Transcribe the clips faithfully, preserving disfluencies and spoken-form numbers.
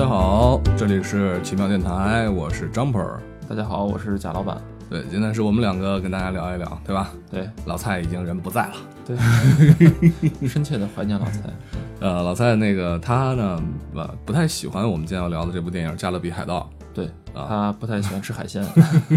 家好，这里是奇妙电台，我是 Jumper。 大家好，我是贾老板。 对，今天是我们两个跟大家聊一聊，对吧？ 对， 老蔡已经人不在了。 对，深切的怀念老蔡。 呃，老蔡那个他呢，呃，不太喜欢我们今天要聊的这部电影《加勒比海盗》。 对，啊、他不太喜欢吃海鲜，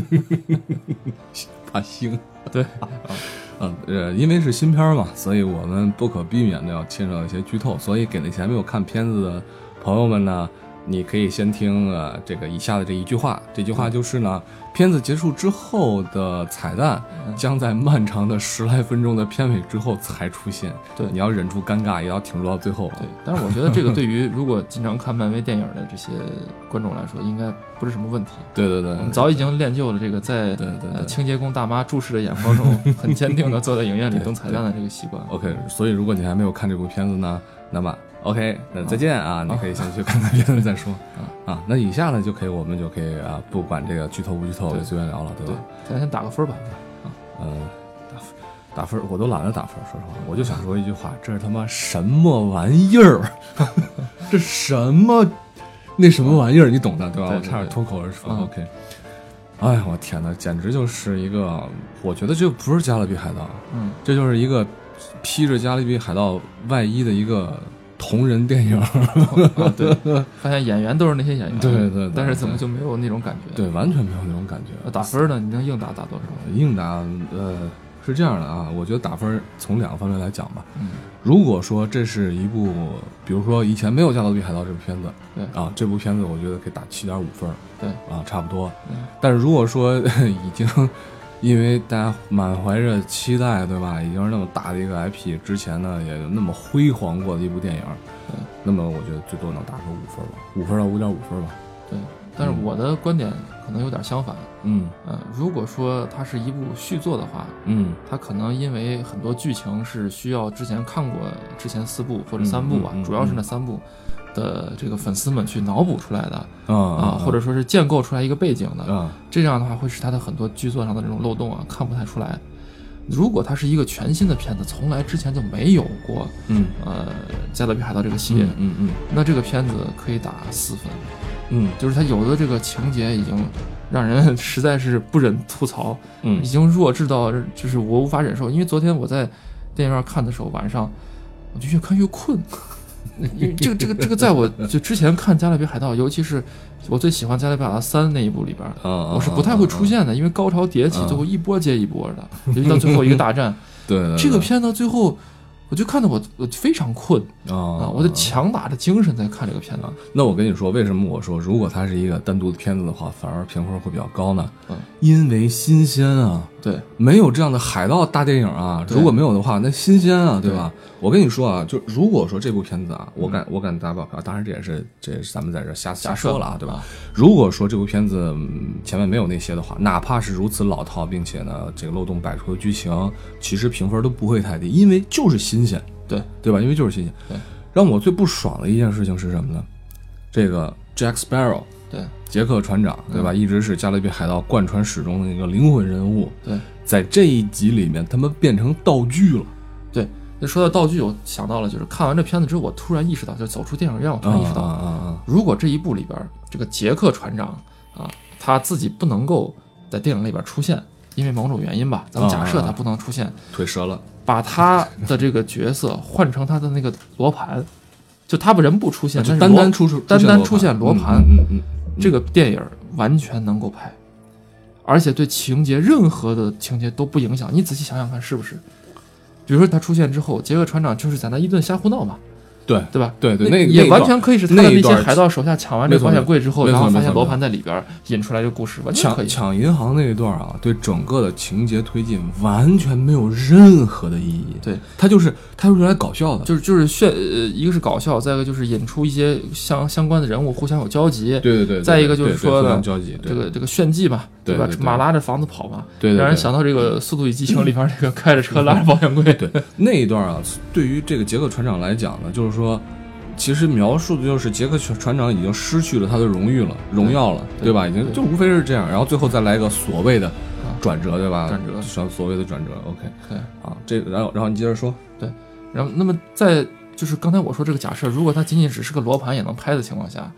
怕腥。 对， 嗯，呃，因为是新片嘛，所以我们不可避免的要牵扯到一些剧透，所以给那些还没有看片子的朋友们呢，你可以先听呃这个以下的这一句话，这句话就是呢，片子结束之后的彩蛋将在漫长的十来分钟的片尾之后才出现。 对， 你要忍住尴尬，也要挺住到最后。 对，但是我觉得这个对于如果经常看漫威电影的这些观众来说，应该不是什么问题。 对对对， 我们早已经练就了这个在对对对、 呃、清洁工大妈注视的眼光中很坚定的坐在影院里等彩蛋的这个习惯。 OK， 所以如果你还没有看这部片子呢，那么 OK， 那再见啊！啊你可以先去看看片子再说啊。啊，那以下呢就可以，我们就可以啊，不管这个剧透不剧透，就随便聊了，对吧？ 对，咱先打个分吧。 啊，呃，打分，打分，我都懒得打分，说实话，我就想说一句话：这是他妈什么玩意儿？这什么那什么玩意儿？你懂的，对吧？ 对对对， 我差点脱口而出。 嗯、 OK， 哎呀，我天哪，简直就是一个，我觉得这不是加勒比海盗， 嗯， 这就是一个披着加勒比海盗外衣的一个同人电影。啊、 对，发现演员都是那些演员， 对 对, 对, 对， 但是怎么就没有那种感觉？ 对，完全没有那种感觉。 打分呢？你能硬打打多少？ 硬打，呃，是这样的啊，我觉得打分从两个方面来讲吧。 嗯， 如果说这是一部，比如说以前没有《加勒比海盗》这部片子， 对啊，这部片子我觉得可以打七点五分。 对啊，差不多。 嗯， 但是如果说已经因为大家满怀着期待，对吧？已经是那么大的一个 I P， 之前呢也那么辉煌过的一部电影， 对， 那么我觉得最多能打个五分吧，五分到五点五分吧。 对，但是我的观点可能有点相反。 嗯呃，如果说它是一部续作的话， 嗯， 它可能因为很多剧情是需要之前看过之前四部或者三部吧， 嗯嗯嗯、 主要是那三部的这个粉丝们去脑补出来的啊、 嗯啊，或者说是建构出来一个背景的， 嗯， 这样的话会使它的很多剧作上的这种漏洞啊看不太出来。如果它是一个全新的片子，从来之前就没有过， 嗯， 呃，加勒比海盗这个系列， 嗯 嗯, 嗯， 那这个片子可以打四分， 嗯， 就是它有的这个情节已经让人实在是不忍吐槽， 嗯， 已经弱智到就是我无法忍受。因为昨天我在电影院看的时候，晚上我就越看越困，因为这个这个这个在我就之前看加勒比海盗，尤其是我最喜欢加勒比海盗三那一部里边， 嗯， 我是不太会出现的，因为高潮迭起，最后一波接一波的，尤其到最后一个大战， 对， 这个片到最后。我就看得我我非常困啊、哦！我得强打着精神在看这个片子。 那我跟你说，为什么我说如果它是一个单独的片子的话，反而评分会比较高呢？ 嗯， 因为新鲜啊。 对， 没有这样的海盗大电影啊，如果没有的话，那新鲜啊，对吧？对，我跟你说啊，就如果说这部片子啊，我敢、嗯、我敢打保票，当然这也是这也是咱们在这瞎瞎说了啊，对吧？啊、如果说这部片子、嗯、前面没有那些的话，哪怕是如此老套，并且呢这个漏洞百出的剧情，其实评分都不会太低，因为就是新鲜。 对对吧？因为就是新鲜。 对， 让我最不爽的一件事情是什么呢？这个 Jack Sparrow， 对， 杰克船长，对吧？嗯、一直是加勒比海盗贯穿始终的一个灵魂人物。 对， 在这一集里面，他们变成道具了。 对，那说到道具，我想到了，就是看完这片子之后，我突然意识到，就走出电影院，我突然意识到， 啊啊啊、 如果这一部里边这个杰克船长啊，他自己不能够在电影里边出现。因为某种原因吧，咱们假设他不能出现， 啊、腿折了， 把他的这个角色换成他的那个罗盘，就他不人不出现， 就单单出单单出现罗盘， 嗯嗯嗯嗯、 这个电影完全能够拍，而且对情节任何的情节都不影响。你仔细想想看，是不是？比如说他出现之后，杰克船长就是在那一顿瞎胡闹嘛。 对对吧？ 对对， 那也完全可以是他的那些海盗手下抢完这保险柜之后，然后发现罗盘在里边，引出来这个故事，完全可以。 抢抢银行那一段啊，对整个的情节推进完全没有任何的意义。 对， 他就是他是用来搞笑的， 就是就是炫，呃，一个是搞笑，再一个就是引出一些相相关的人物互相有交集。 对对对。 再一个就是说呢， 交集， 这个这个炫技嘛， 对吧？马拉着房子跑嘛， 对， 让人想到这个《速度与激情》里边这个开着车拉着保险柜。 对，那一段啊，对于这个杰克船长来讲呢，就是说。其实描述的就是杰克船长已经失去了他的荣誉了，荣耀了， 对, 对吧？已经就无非是这样，然后最后再来一个所谓的转折，对吧？ 转折， 所谓的转折 ，OK， 对啊，这然后然后你接着说， 对，然后那么在就是刚才我说这个假设，如果它仅仅只是个罗盘也能拍的情况下，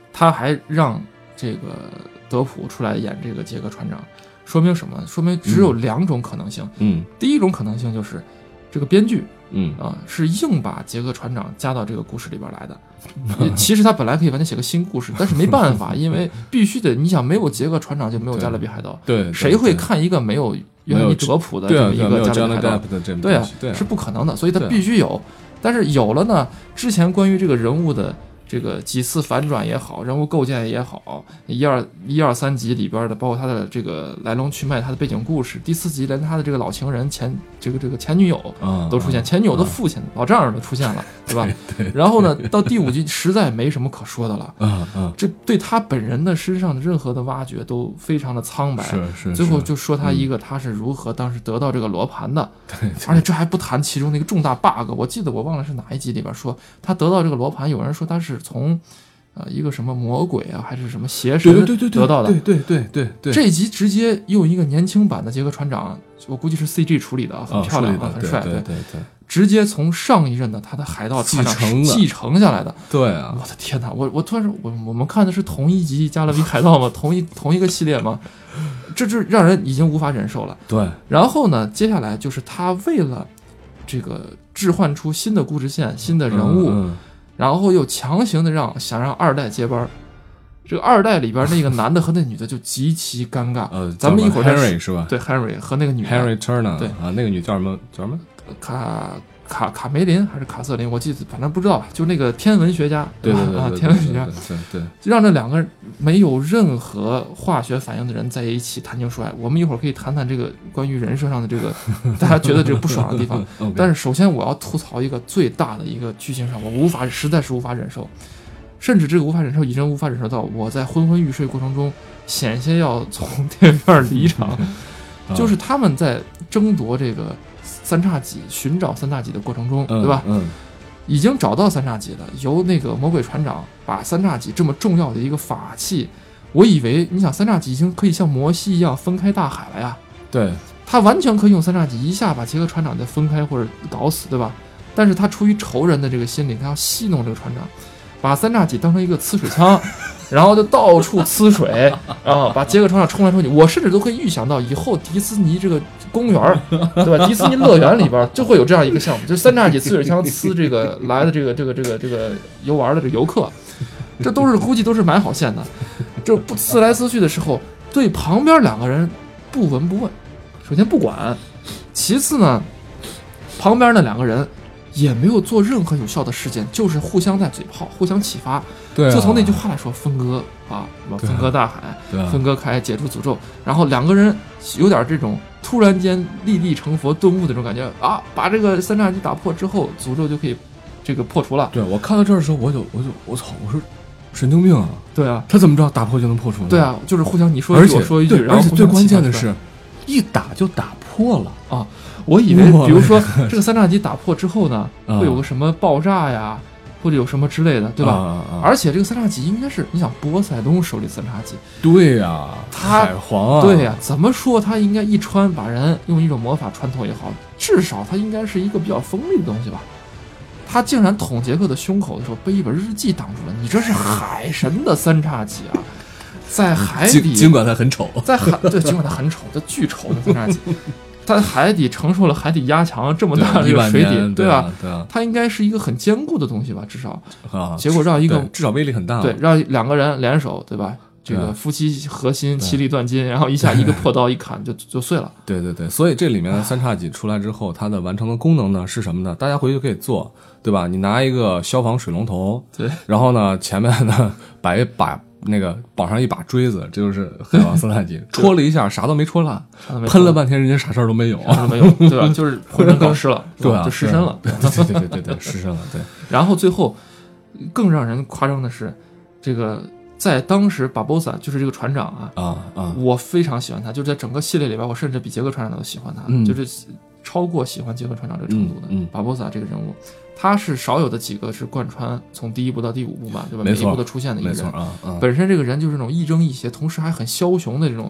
他还让这个德普出来演这个杰克船长，说明什么？说明只有两种可能性。 嗯， 第一种可能性就是这个编剧， 嗯啊，是硬把杰克船长加到这个故事里边来的。其实他本来可以完全写个新故事，但是没办法，因为必须得，你想没有杰克船长就没有加勒比海盗， 对，对谁会看一个没有约翰尼德普的这么一个加勒比海盗？对啊，是不可能的，所以他必须有。但是有了呢，之前关于这个人物的这个几次反转也好，人物构建也好，一二一二三集里边的，包括他的这个来龙去脉，他的背景故事，第四集连他的这个老情人前这个这个前女友都出现，嗯、前女友的父亲、嗯、老丈人都出现了，对吧？ 对对， 然后呢，到第五集实在没什么可说的了， 嗯嗯， 这对他本人的身上的任何的挖掘都非常的苍白， 是是， 最后就说他一个他是如何当时得到这个罗盘的， 对， 而且这还不谈其中的一个重大 bug， 我记得我忘了是哪一集里边说他得到这个罗盘，有人说他是从。呃，一个什么魔鬼啊，还是什么邪神得到的？ 对对对对对。 这一集直接用一个年轻版的杰克船长，我估计是 C G 处理的，很漂亮， 哦、 很帅， 对对 对, 对， 直接从上一任的他的海盗船长继承下来的。 对啊， 我的天哪！我我突然说，我我们看的是同一集《加勒比海盗》吗？同一同一个系列吗？这就让人已经无法忍受了。 对。 然后呢，接下来就是他为了这个置换出新的故事线、新的人物。 嗯嗯， 然后又强行的让想让二代接班，这个二代里边那个男的和那女的就极其尴尬。 呃， 咱们一会儿 Henry 是吧？ 对 ，Henry 和那个女的 Henry Turner， 对啊，那个女叫什么叫什么？ 卡卡卡梅林还是卡瑟琳？我记得，反正不知道，就那个天文学家， 对对对啊，天文学家， 对对， 就让这两个没有任何化学反应的人在一起谈情说爱。我们一会儿可以谈谈这个关于人设上的这个大家觉得这个不爽的地方。 okay. 但是首先我要吐槽一个最大的一个剧情上，我无法，实在是无法忍受，甚至这个无法忍受已经无法忍受到我在昏昏欲睡过程中险些要从电影院离场。就是他们在争夺这个三叉戟，寻找三叉戟的过程中， 嗯、 对吧？ 嗯， 已经找到三叉戟了，由那个魔鬼船长把三叉戟这么重要的一个法器，我以为你想三叉戟已经可以像摩西一样分开大海了呀， 对， 他完全可以用三叉戟一下把杰克船长再分开或者搞死，对吧？但是他出于仇人的这个心理，他要戏弄这个船长，把三叉戟当成一个呲水枪，然后就到处呲水，然后把杰克船长冲来冲去。我甚至都可以预想到以后迪士尼这个公园，对吧？迪士尼乐园里边就会有这样一个项目，就是三叉戟呲水枪呲这个来的这个这个这个这个游玩的这个游客，这都是估计都是埋好线的。这不呲来呲去的时候，对旁边两个人不闻不问，首先不管，其次呢，旁边那两个人也没有做任何有效的事件，就是互相在嘴炮，互相启发。 对、啊， 就从那句话来说，分割啊，分割大海， 对啊、 分割开，解除诅咒。然后两个人有点这种突然间立地成佛顿悟的这种感觉啊，把这个三叉戟打破之后，诅咒就可以这个破除了。 对，我看到这儿的时候，我就我就我操，我说神经病啊！ 对啊， 他怎么知道打破就能破除呢？ 对啊，就是互相你说一句我说一句，然后而且最关键的是，一打就打破了啊。我以为，比如说这个三叉戟打破之后呢，会有个什么爆炸呀，或者有什么之类的，对吧？ 啊啊、 而且这个三叉戟应该是，你想波塞冬手里三叉戟， 对呀、啊， 他海皇啊， 对呀、啊，怎么说他应该一穿把人用一种魔法穿透也好，至少他应该是一个比较锋利的东西吧？他竟然捅杰克的胸口的时候被一本日记挡住了，你这是海神的三叉戟啊！在海底， 尽管他很丑， 在海对，尽管他很丑，这巨丑的三叉戟。他在海底承受了海底压强这么大的这个水底， 对吧？ 对啊， 它应该是一个很坚固的东西吧，至少啊。 结果让一个至少威力很大， 对，让两个人联手，对吧？这个夫妻核心其利断金，然后一下一个破刀一砍就就碎了。 对对对，所以这里面的三叉戟出来之后，它的完成的功能呢是什么呢？大家回去可以做，对吧？你拿一个消防水龙头， 对， 然后呢前面呢摆一把。那个绑上一把锥子，这就是海王三叉戟，戳了一下，啥都没戳烂，喷了半天，人家啥事儿都没有， 啥都没有，对吧？就是浑身搞湿了， 对吧？ 就湿身了， 对对对对对，湿身了，对。 然后最后更让人夸张的是，这个在当时巴博萨就是这个船长啊啊啊， 我非常喜欢他，就在整个系列里边，我甚至比杰克船长都喜欢他， 嗯、 就是超过喜欢杰克船长这个程度的。 嗯， 巴博萨这个人物。他是少有的几个是贯穿从第一部到第五部嘛，对吧？每一部都出现的一个人， 啊啊、 本身这个人就是那种亦正亦邪，同时还很枭雄的这种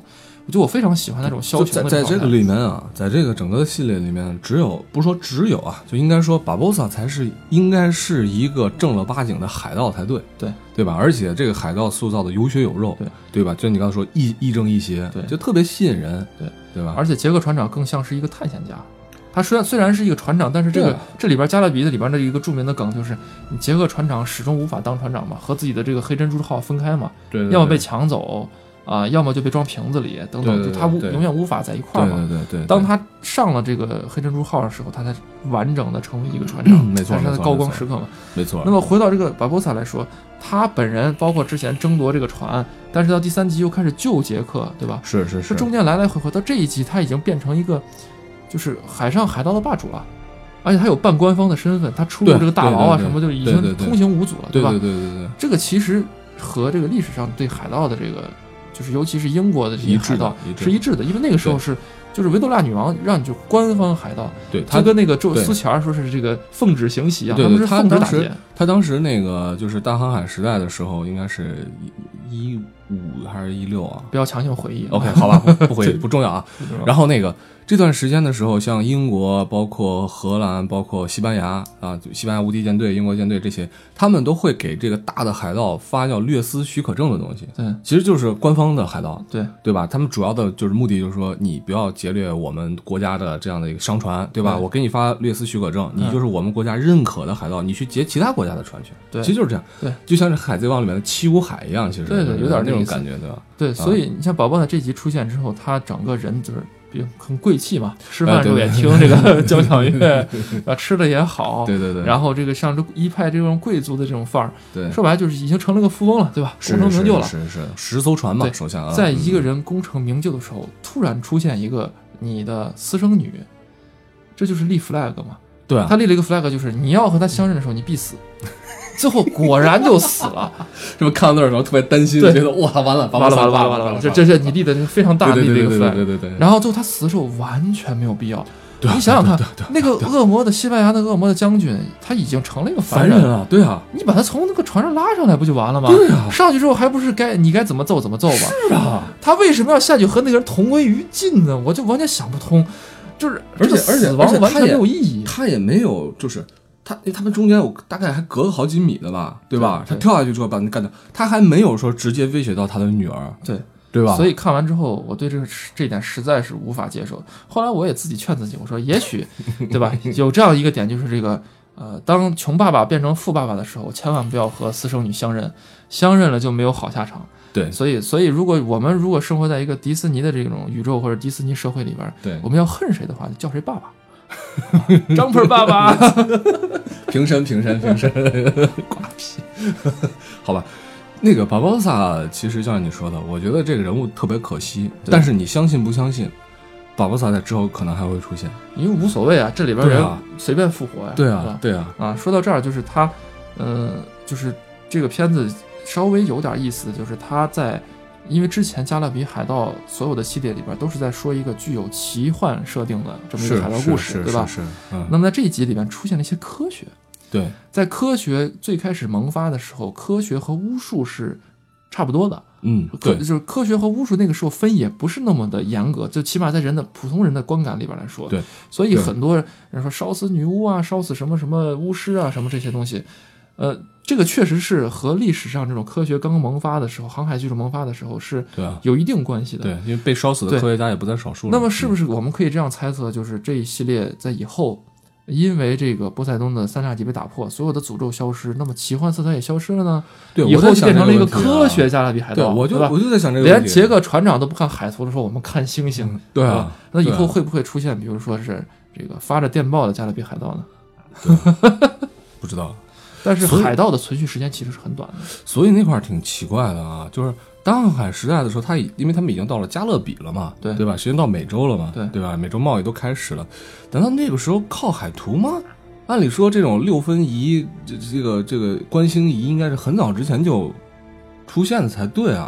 就我非常喜欢那种枭雄的在在这个里面啊，在这个整个的系列里面，只有不是说只有啊，就应该说巴博萨才是应该是一个正儿八经的海盗才对， 对对吧？而且这个海盗塑造的有血有肉， 对对吧？就你刚才说亦亦正亦邪， 对， 就特别吸引人， 对对吧？ 而且杰克船长更像是一个探险家。他虽然虽然是一个船长，但是这个、啊、这里边加勒比的里边的一个著名的梗就是，你杰克船长始终无法当船长嘛，和自己的这个黑珍珠号分开嘛， 对对对， 要么被抢走啊、呃，要么就被装瓶子里等等， 对对对， 就他无永远无法在一块儿嘛。 对对 对, 对, 对。 当他上了这个黑珍珠号的时候，他才完整的成为一个船长， 嗯、没错， 才是他的高光时刻嘛。 没错。 那么回到这个巴博萨来说，他本人包括之前争夺这个船，但是到第三集又开始救杰克，对吧？ 是是是。 这中间来来回回，到这一集他已经变成一个。就是海上海盗的霸主了，而且他有半官方的身份，他出入这个大牢啊什么，就已经通行无阻了， 对吧？ 对对对对。 这个其实和这个历史上对海盗的这个，就是尤其是英国的这些海盗是一致的，因为那个时候是就是维多利亚女王让你就官方海盗， 对， 就跟那个周苏乞儿说是这个奉旨行乞一样， 对他们是奉旨打劫。 他当时那个就是大航海时代的时候，应该是一五还是一六啊？ 不要强行回忆。 OK， 好吧，不回忆不重要啊。然后那个。这段时间的时候，像英国、包括荷兰、包括西班牙啊，西班牙无敌舰队、英国舰队这些，他们都会给这个大的海盗发叫略斯许可证的东西。 对， 其实就是官方的海盗， 对对吧？他们主要的就是目的就是说，你不要劫掠我们国家的这样的一个商船，对吧？ 对， 我给你发略斯许可证，你就是我们国家认可的海盗，你去劫其他国家的船去。 对， 其实就是这样。 对， 就像是《海贼王》里面的七武海一样，其实对对，有点那种感觉，对吧？ 对，所以你像宝宝的这集出现之后，他整个人就是。很贵气嘛，吃饭的时候也听这个交响乐，啊，吃的也好， 对对对， 然后这个像这一派这种贵族的这种范儿， 对， 说白了就是已经成了个富翁了，对吧？功成名就了， 是是是，十艘船嘛，首先啊， 在一个人功成名就的时候，突然出现一个你的私生女，这就是立 flag 嘛， 对啊， 他立了一个 flag， 就是你要和他相认的时候，你必死。最后果然就死了， 是不是看到那儿的时候特别担心，觉得哇完了完了完了完了完了，这这是你立的这个非常大的一个 flag， 对对对。 然后最后他死的时候完全没有必要，你想想看，那个恶魔的西班牙的恶魔的将军，他已经成了一个凡人了，对啊， 你把他从那个船上拉上来不就完了吗？ 对啊， 上去之后还不是该你该怎么揍怎么揍吧？ 是啊， 他为什么要下去和那个人同归于尽呢？我就完全想不通，就是而且而且死亡完全没有意义， 他也没有就是。他他们中间我大概还隔了好几米的吧，对吧？ 对他跳下去之后把人干掉，他还没有说直接威胁到他的女儿， 对对吧？ 所以看完之后，我对这个这一点实在是无法接受。后来我也自己劝自己，我说也许，对吧？有这样一个点，就是这个呃，当穷爸爸变成富爸爸的时候，千万不要和私生女相认，相认了就没有好下场。 对， 所以所以如果我们如果生活在一个迪士尼的这种宇宙或者迪士尼社会里边， 对， 我们要恨谁的话，就叫谁爸爸。张鹏爸爸， 平身平身平身，瓜皮，好吧。那个巴博萨其实就像你说的，我觉得这个人物特别可惜，但是你相信不相信，巴博萨在之后可能还会出现？ 因为无所谓啊，这里边人随便复活呀。 对啊，对啊， 啊，说到这儿，就是他，嗯、呃，就是这个片子稍微有点意思的，就是他在。因为之前加勒比海盗所有的系列里边都是在说一个具有奇幻设定的这么一个海盗故事，对吧？ 是是是、嗯。 那么在这一集里面出现了一些科学。 对， 在科学最开始萌发的时候，科学和巫术是差不多的。 嗯， 对，就是科学和巫术那个时候分也不是那么的严格，就起码在人的普通人的观感里边来说。 对， 所以很多人说烧死女巫啊，烧死什么什么巫师啊，什么这些东西。呃，这个确实是和历史上这种科学刚刚萌发的时候，航海技术萌发的时候是有一定关系的。 对、啊，对，因为被烧死的科学家也不在少数。 那么是不是我们可以这样猜测，就是这一系列在以后，因为这个波塞冬的三叉戟被打破，所有的诅咒消失，那么奇幻色彩也消失了呢？ 对， 以后就变成了一个个科学加勒比海盗。 对，我就我就在想这个问题，连杰克船长都不看海图的时候，我们看星星。 嗯、对啊， 那以后会不会出现，比如说是这个发着电报的加勒比海盗呢？ 不知道。 但是海盗的存续时间其实是很短的， 所以那块儿挺奇怪的啊。就是大航海时代的时候，他因为他们已经到了加勒比了嘛， 对对吧？时间到美洲了嘛， 对对吧？美洲贸易都开始了，难道那个时候靠海图吗？按理说这种六分仪，这这个这个观星仪应该是很早之前就出现的才对啊。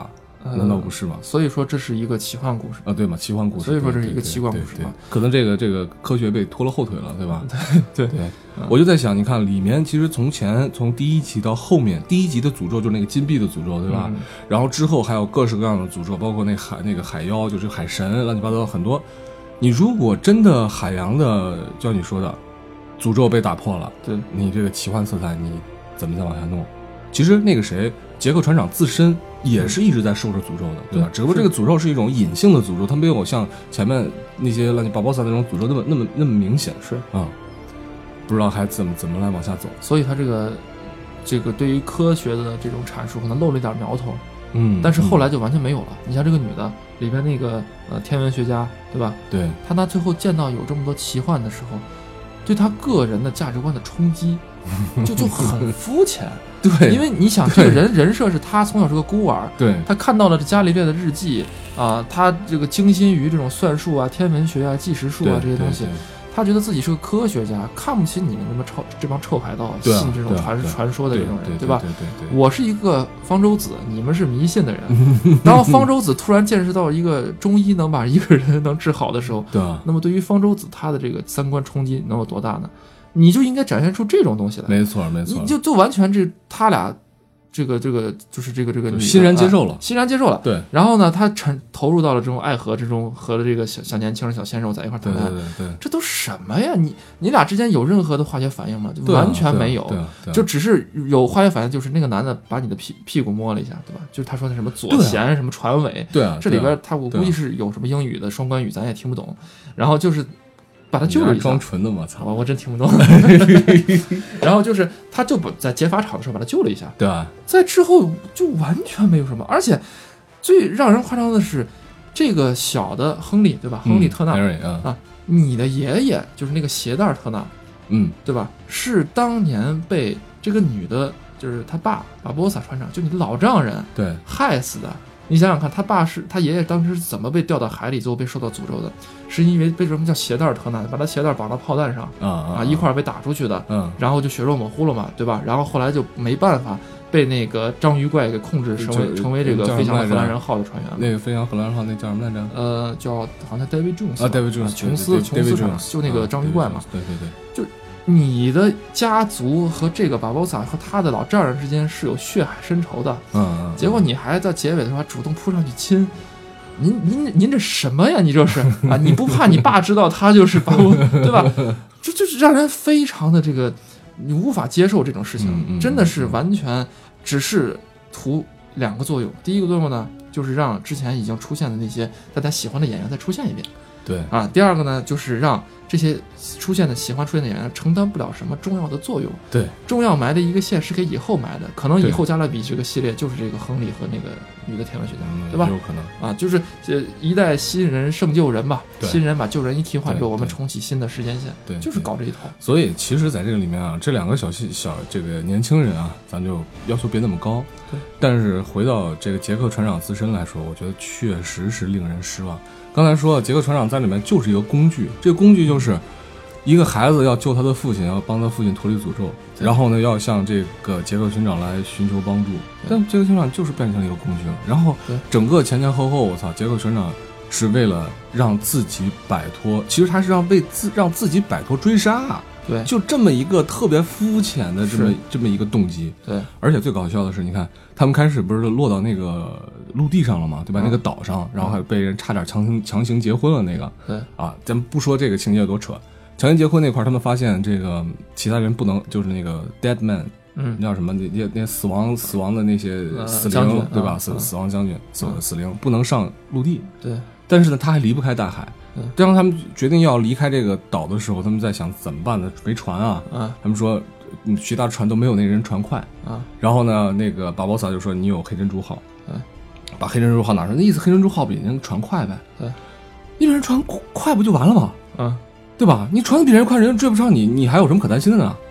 难道不是吗？ 所以说这是一个奇幻故事啊，对吗？奇幻故事， 所以说这是一个奇幻故事嘛。 可能这个这个科学被拖了后腿了，对吧？ 对对对，我就在想，你看里面其实从前从第一集到后面，第一集的诅咒就是那个金币的诅咒，对吧？ 嗯、 然后之后还有各式各样的诅咒，包括那海那个海妖，就是海神，乱七八糟很多。你如果真的海洋的，就像你说的，诅咒被打破了， 对你这个奇幻色彩，你怎么再往下弄？其实那个谁，杰克船长自身也是一直在受着诅咒的，对吧？只不过这个诅咒是一种隐性的诅咒，它没有像前面那些乱七八糟那种诅咒那么那么那么明显， 是啊、嗯，不知道还怎么怎么来往下走。 所以他这个这个对于科学的这种阐述可能露了一点苗头， 嗯， 但是后来就完全没有了。嗯、你像这个女的里边那个呃天文学家，对吧？ 对， 她她最后见到有这么多奇幻的时候，对她个人的价值观的冲击。就就很肤浅， 对， 因为你想这个人人设是他从小是个孤儿， 对， 他看到了伽利略的日记啊、呃，他这个精心于这种算术啊、天文学啊、计时术啊这些东西，他觉得自己是个科学家，看不起你们这么臭这帮臭海盗， 对啊、 信这种传传说的这种人， 对吧？ 对对对对， 我是一个方舟子，你们是迷信的人。然后方舟子突然见识到一个中医能把一个人能治好的时候， 对啊， 那么对于方舟子他的这个三观冲击能有多大呢？你就应该展现出这种东西来， 没错没错， 你就就完全这他俩这个这个就是这个这个女欣然接受了、 啊，欣然接受了。 对， 然后呢，他沉投入到了这种爱河之中，和了这个小小年轻人、小鲜肉在一块谈恋爱。 对对对对， 这都什么呀？你你俩之间有任何的化学反应吗？就完全没有， 对啊对啊、 就只是有化学反应，就是那个男的把你的屁屁股摸了一下，对吧？就是他说的什么左舷、啊、什么船尾， 对啊， 这里边他我估计是有什么英语的双关语，咱也听不懂。然后就是。把他救了一下， 装纯的我操！ 我我真听不懂。然后就是他就在劫法场的时候把他救了一下， 对吧？ 在之后就完全没有什么，而且最让人夸张的是，这个小的亨利，对吧？ 嗯、 亨利特纳、 嗯、 啊，你的爷爷就是那个鞋带特纳， 嗯， 对吧？是当年被这个女的，就是他爸巴波萨船长，就你老丈人对害死的。你想想看，他爸是他爷爷当时是怎么被掉到海里，最后被受到诅咒的？是因为被什么叫鞋带特纳，把他鞋带绑到炮弹上啊啊， 啊一块被打出去的， 嗯， 然后就血肉模糊了嘛，对吧？然后后来就没办法被那个章鱼怪给控制，成为成为这个飞翔的荷兰人号的船员。 那个飞翔荷兰人号那叫什么来着？ 呃，叫好像 David Jones 啊 ，David Jones， 琼斯琼斯船，就那个章鱼怪嘛。 对对对， 就。你的家族和这个巴波萨和他的老丈人之间是有血海深仇的， 嗯嗯， 结果你还在结尾的时候还主动扑上去亲，您您您这什么呀？你这是啊？你不怕你爸知道他就是巴波，对吧？这就是让人非常的这个，你无法接受这种事情， 嗯嗯、 真的是完全只是图两个作用。第一个作用呢，就是让之前已经出现的那些大家喜欢的演员再出现一遍。 对啊，第二个呢，就是让这些出现的喜欢出现的演员承担不了什么重要的作用。 对， 重要埋的一个线是给以后埋的，可能以后加勒比这个系列就是这个亨利和那个女的天文学家， 嗯、 对吧？ 有可能啊，就是这一代新人胜旧人吧，新人把旧人一替换之后，我们重启新的时间线， 对， 就是搞这一套。 所以其实在这个里面啊，这两个小细小这个年轻人啊，咱就要求别那么高。 对， 但是回到这个杰克船长自身来说，我觉得确实是令人失望。刚才说杰克船长在里面就是一个工具，这个工具就是一个孩子要救他的父亲，要帮他父亲脱离诅咒，然后呢要向这个杰克船长来寻求帮助，但杰克船长就是变成了一个工具了。然后整个前前后后，我操，杰克船长是为了让自己摆脱，其实他是让为自让自己摆脱追杀， 对， 就这么一个特别肤浅的这么这么一个动机。 对， 而且最搞笑的是，你看他们开始不是落到那个陆地上了嘛，对吧？嗯、那个岛上，然后还被人差点强行强行结婚了那个。 对啊，咱们不说这个情节有多扯，强行结婚那块，他们发现这个其他人不能，就是那个 dead man， 嗯，叫什么？那那那死亡死亡的那些死灵，呃、对吧？死、嗯、死亡将军，死死灵不能上陆地。 对， 但是呢，他还离不开大海。当他们决定要离开这个岛的时候，他们在想怎么办呢？没船啊！ 啊， 他们说，其他船都没有那人船快啊。 然后呢，那个巴博萨就说：“你有黑珍珠号。” 嗯， 把黑珍珠号拿出来，那意思黑珍珠号比人船快呗。 对， 一人船快不就完了吗？ 嗯， 对吧？你船比人快，人家追不上你，你还有什么可担心的呢？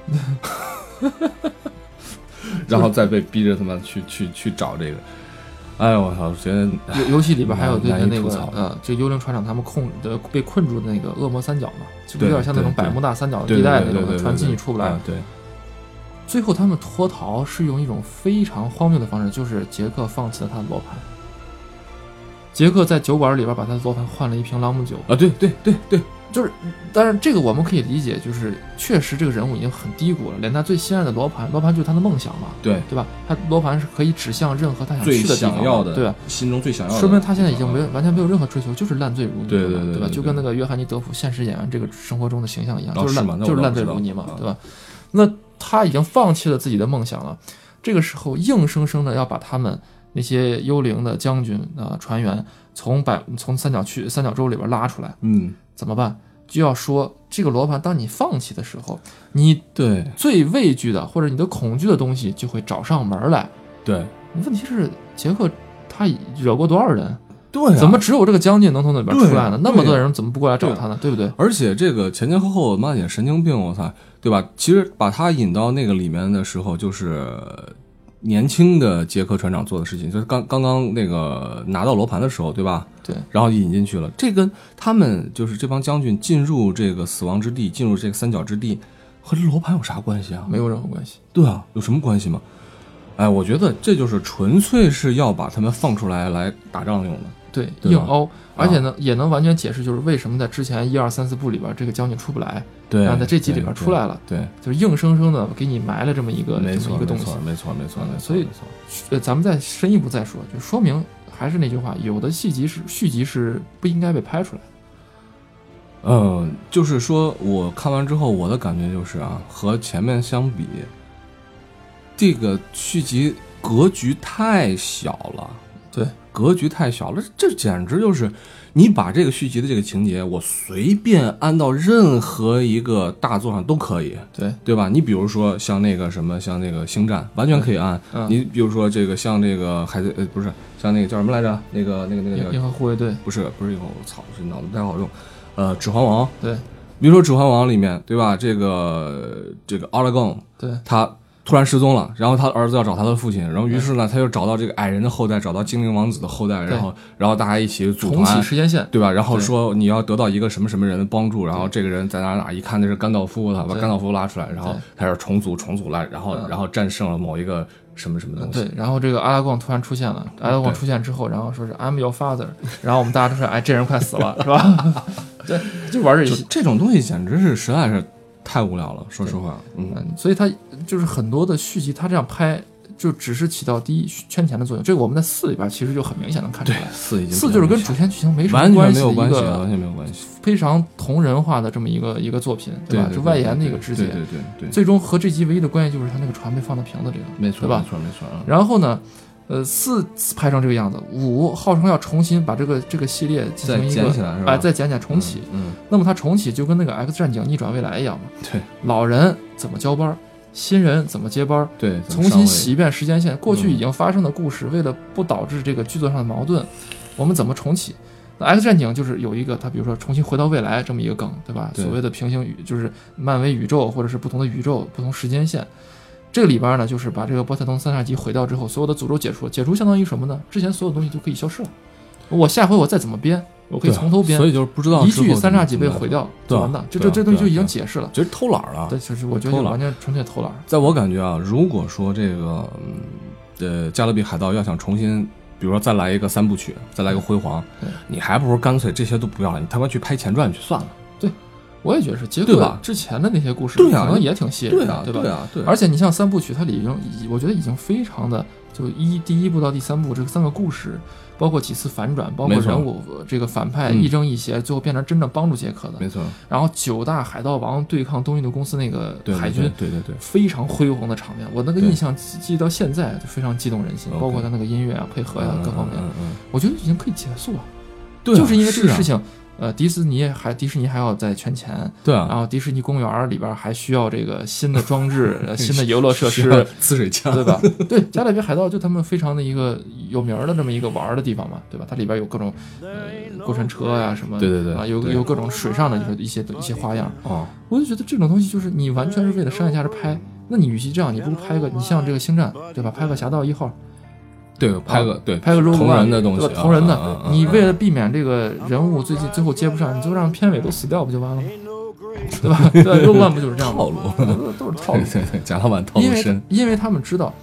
然后再被逼着他们去去去找这个。哎我操！我觉得游游戏里边还有对那个呃， 呃，这幽灵船长他们控的被困住的那个恶魔三角嘛，就有点像那种百慕大三角地带那种，船进去出不来。 对。 最后他们脱逃是用一种非常荒谬的方式，就是杰克放弃了他的罗盘。 杰克在酒馆里边把他的罗盘换了一瓶朗姆酒啊，对对对对， 就是，当然这个我们可以理解，就是确实这个人物已经很低谷了，连他最心爱的罗盘，罗盘就是他的梦想嘛， 对对吧？他罗盘是可以指向任何他想去的地方， 最想要的， 对吧？ 心中最想要的， 说明他现在已经没有完全没有任何追求，就是烂醉如泥， 对对 对, 对, 对吧？就跟那个约翰尼德普现实演员这个生活中的形象一样， 哦、 就是烂就是烂醉如泥嘛，对吧？那他已经放弃了自己的梦想了，这个时候硬生生的要把他们那些幽灵的将军啊、呃、船员从百从三角区三角洲里边拉出来， 嗯， 怎么办？就要说这个罗盘，当你放弃的时候，你对最畏惧的或者你的恐惧的东西就会找上门来。 对， 问题是杰克他惹过多少人？ 对、啊， 怎么只有这个将军能从那边出来呢？ 啊、 那么多人怎么不过来找他呢？ 对, 对不对？ 而且这个前前后后，妈也神经病，我操，对吧？其实把他引到那个里面的时候，就是年轻的杰克船长做的事情，就是刚刚刚那个拿到罗盘的时候，对吧？ 对， 然后引进去了。这跟他们就是这帮将军进入这个死亡之地，进入这个三角之地，和这罗盘有啥关系啊？ 没有任何关系。 对啊，有什么关系吗？哎，我觉得这就是纯粹是要把他们放出来来打仗用的。 对，硬凹，而且呢、啊，也能完全解释就是为什么在之前一二三四部里边这个将军出不来， 对， 然后在这集里边出来了， 对，对就是硬生生的给你埋了这么一个没这么一个东西， 没错，没错，没错。 所以，呃，咱们再深一步再说，就说明还是那句话，有的戏集是续集是不应该被拍出来的。 嗯，就是说我看完之后，我的感觉就是啊，和前面相比，这个续集格局太小了。 对， 格局太小了，这简直就是你把这个续集的这个情节，我随便安到任何一个大作上都可以， 对对吧？你比如说像那个什么，像那个星战，完全可以安。 嗯、 你比如说这个像这个海贼，呃，不是像那个叫什么来着？那个那个那个那个银河护卫队， 不是不是银河，我操，这脑子不太好用。呃，指环王， 对， 比如说指环王里面，对吧？这个这个阿拉贡， 对， 他突然失踪了，然后他儿子要找他的父亲，然后于是呢，他就找到这个矮人的后代，找到精灵王子的后代，然后然后大家一起组团， 重启时间线， 对吧？然后说你要得到一个什么什么人的帮助，然后这个人在哪哪，一看那是甘道夫，他把甘道夫拉出来，然后开始重组重组来，然后然后战胜了某一个什么什么东西。 对，然后这个阿拉贡突然出现了，阿拉贡出现之后，然后说是 I'm your father， 然后我们大家都说，哎，这人快死了，是吧？对，就玩这这这种东西简直是实在是太无聊了，说实话。嗯， 所以他就是很多的续集，他这样拍就只是起到第一圈钱的作用。这个我们在四里边其实就很明显能看出来， 四已经四就是跟主线剧情没什么关系， 完全没有关系， 完全没有关系， 非常同人化的这么一个一个作品， 对吧？就外延的一个肢解， 对对对对。 最终和这集唯一的关系就是他那个船被放到瓶子里了， 没错， 对吧？ 没错，没错。 然后呢？呃，四拍成这个样子，五号称要重新把这个这个系列进行一个再捡起来是吧？ 哎，再捡捡重启。 嗯，嗯那么它重启就跟那个 X 战警逆转未来一样嘛。 对， 老人怎么交班，新人怎么接班？ 对， 重新洗一遍时间线，过去已经发生的故事，嗯、为了不导致这个剧作上的矛盾，我们怎么重启？那 X 战警就是有一个，它比如说重新回到未来这么一个梗，对吧？ 对， 所谓的平行宇，就是漫威宇宙或者是不同的宇宙、不同时间线。这个里边呢，就是把这个波塞冬三叉戟毁掉之后，所有的诅咒解除，解除相当于什么呢？之前所有东西都可以消失了。我下回我再怎么编，我可以从头编。 所以就是不知道一句三叉戟被毁掉，就完蛋。这这这东西就已经解释了。 其实偷懒了。 对，其实我觉得完全纯粹偷懒。 在我感觉啊，如果说这个呃加勒比海盗要想重新，比如说再来一个三部曲，再来一个辉煌，你还不如干脆这些都不要了，你他妈去拍前传去算了。 对。我也觉得是，杰克之前的那些故事可能也挺吸引人的， 对吧？ 对啊，对。而且你像三部曲，它里已经，我觉得已经非常的，就一第一部到第三部这三个故事，包括几次反转，包括人物这个反派亦正亦邪，最后变成真正帮助杰克的， 没错。 然后九大海盗王对抗东印度公司那个海军， 对对对， 非常恢宏的场面，我那个印象记到现在就非常激动人心，包括他那个音乐啊、配合啊各方面，我觉得已经可以结束了。 对， 就是因为这个事情。呃，迪士尼还迪士尼还要再圈钱， 对啊， 然后迪士尼公园里边还需要这个新的装置、新的游乐设施、 呲水枪， 对吧？对，加勒比海盗就他们非常的一个有名的这么一个玩的地方嘛，对吧？它里边有各种呃过山车呀、啊、什么， 对对对啊，有有各种水上的一些一些花样哦。 我就觉得这种东西就是你完全是为了商业价值拍，那你与其这样，你不如拍个你像这个星战，对吧？拍个侠盗一号。 对，拍个、啊、对， 拍个同人的东西， 同人的、 啊啊啊， 你为了避免这个人物最近最后接不上，你就让片尾都死掉不就完了吗？对吧？对，Rogue One不就是这样吗？ 套路， 都是套路。 对对对，贾老板套路深， 因为因为他们知道，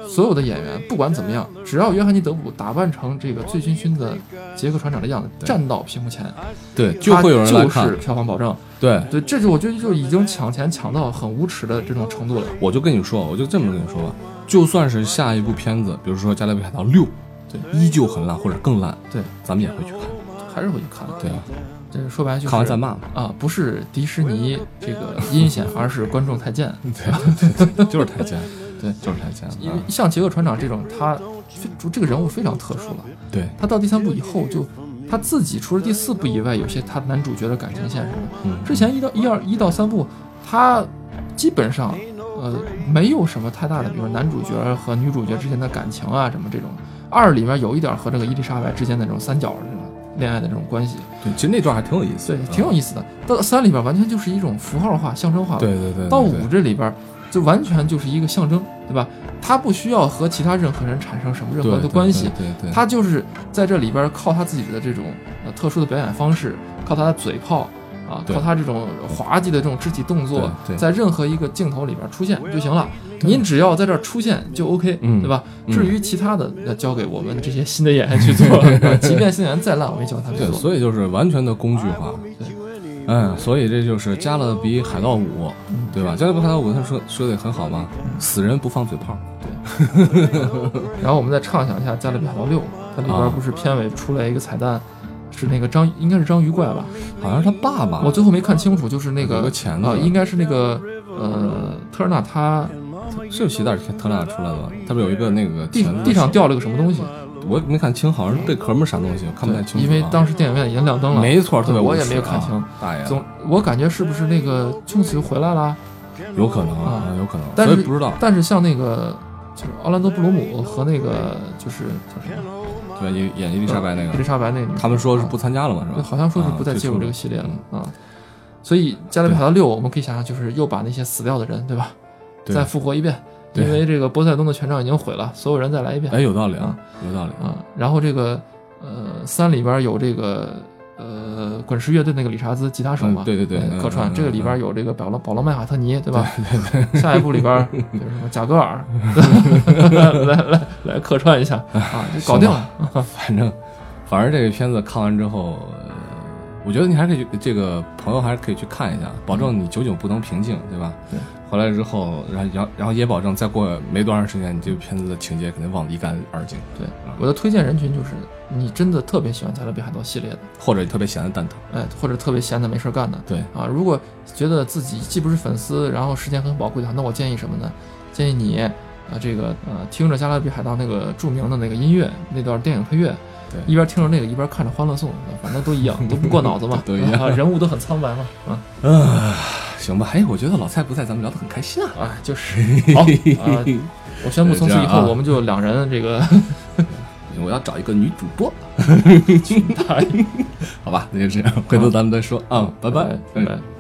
所有的演员不管怎么样，只要约翰尼·德普打扮成这个醉醺醺的杰克船长的样子站到屏幕前， 对，就会有人来看， 就是票房保证。 对对，这就我觉得就已经抢钱抢到很无耻的这种程度了。 我就跟你说，我就这么跟你说吧，就算是下一部片子，比如说《加勒比海盗六》， 对， 依旧很烂或者更烂， 对， 咱们也会去看， 还是会去看。 对啊， 这说白了就是看完再骂嘛啊，不是迪士尼这个阴险，而是观众太贱。 对对对，就是太监， 对， 就是太监。 因为像杰克船长这种，他这个人物非常特殊了。 对， 他到第三部以后就。他自己除了第四部以外，有些他男主角的感情线什么， 嗯， 之前一到一二一到三部，他基本上呃没有什么太大的，比如说男主角和女主角之间的感情啊什么这种。二里面有一点和这个伊丽莎白之间的这种三角这种恋爱的这种关系。 对，其实那段还挺有意思， 对，挺有意思的。到三里边完全就是一种符号化、象征化。 对对 对, 对。 到五这里边就完全就是一个象征，对吧？他不需要和其他任何人产生什么任何的关系， 对 对, 对, 对， 他就是在这里边靠他自己的这种呃特殊的表演方式，靠他的嘴炮啊，靠他这种滑稽的这种肢体动作，在任何一个镜头里边出现就行了。您只要在这儿出现就 OK，嗯、对吧？至于其他的，要交给我们这些新的演员去做，即便新演员再烂，我们也交给他们去做。 对，所以就是完全的工具化。 对。 嗯，所以这就是《加勒比海盗五》，对吧？《加勒比海盗五》他说说的也很好嘛，死人不放嘴炮。 对。然后我们再畅想一下《加勒比海盗六》，它里边不是片尾出来一个彩蛋，是那个章，应该是章鱼怪吧？ 好像是他爸爸。 我最后没看清楚，就是那个有个钳子啊、呃，应该是那个呃特尔纳他是有鞋带特尔纳出来的吧？他不有一个那个地地上掉了个什么东西？ 我也没看清，好像是贝壳吗？啥东西？我看不太清楚、啊。 因为当时电影院已经亮灯了。 没错，特别我也没有看清。 啊、大爷， 总我感觉是不是那个从此就回来了？ 有可能啊， 有可能。 但是不知道。 但是像那个就是奥兰多·布鲁姆和那个就是叫什么？ 对，演演伊丽莎白那个。 伊丽莎白那个。 他们说是不参加了嘛？是吧？ 好像说是不再介入这个系列了啊。所以《加勒比海盗六》，我们可以想象，就是又把那些死掉的人，对吧？再复活一遍。因为这个波塞冬的权杖已经毁了，所有人再来一遍。 哎，有道理啊，有道理啊。然后这个呃三里边有这个呃滚石乐队那个理查兹吉他手嘛， 嗯、对对对， 呃、客串、 嗯。 这个里边有这个保罗保罗麦卡特尼，对吧？ 对对对。 下一部里边就是什么贾格尔来来来客串一下啊，就搞定了。 反正反正这个片子看完之后。我觉得你还是可以，这个朋友还是可以去看一下，保证你久久不能平静，对吧？ 对。 回来之后，然后然后也保证再过没多长时间，你这个片子的情节肯定忘得一干二净。 对，我的推荐人群就是你真的特别喜欢《加勒比海盗》系列的， 或者你特别闲的蛋疼， 哎，或者特别闲的没事干的。 对啊，如果觉得自己既不是粉丝，然后时间很宝贵的话，那我建议什么呢？建议你啊，这个呃，听着《加勒比海盗》那个著名的那个音乐，那段电影配乐。 对， 一边听着那个，一边看着《欢乐颂》，反正都一样，都不过脑子嘛， 都一样、 啊，人物都很苍白嘛，啊， 啊，行吧，哎，我觉得老蔡不在，咱们聊得很开心啊， 啊，就是好、啊，我宣布从此以后我们就两人这个， 我要找一个女主播， 大爷， 好吧，那就这样，回头咱们再说啊，拜拜， 拜拜。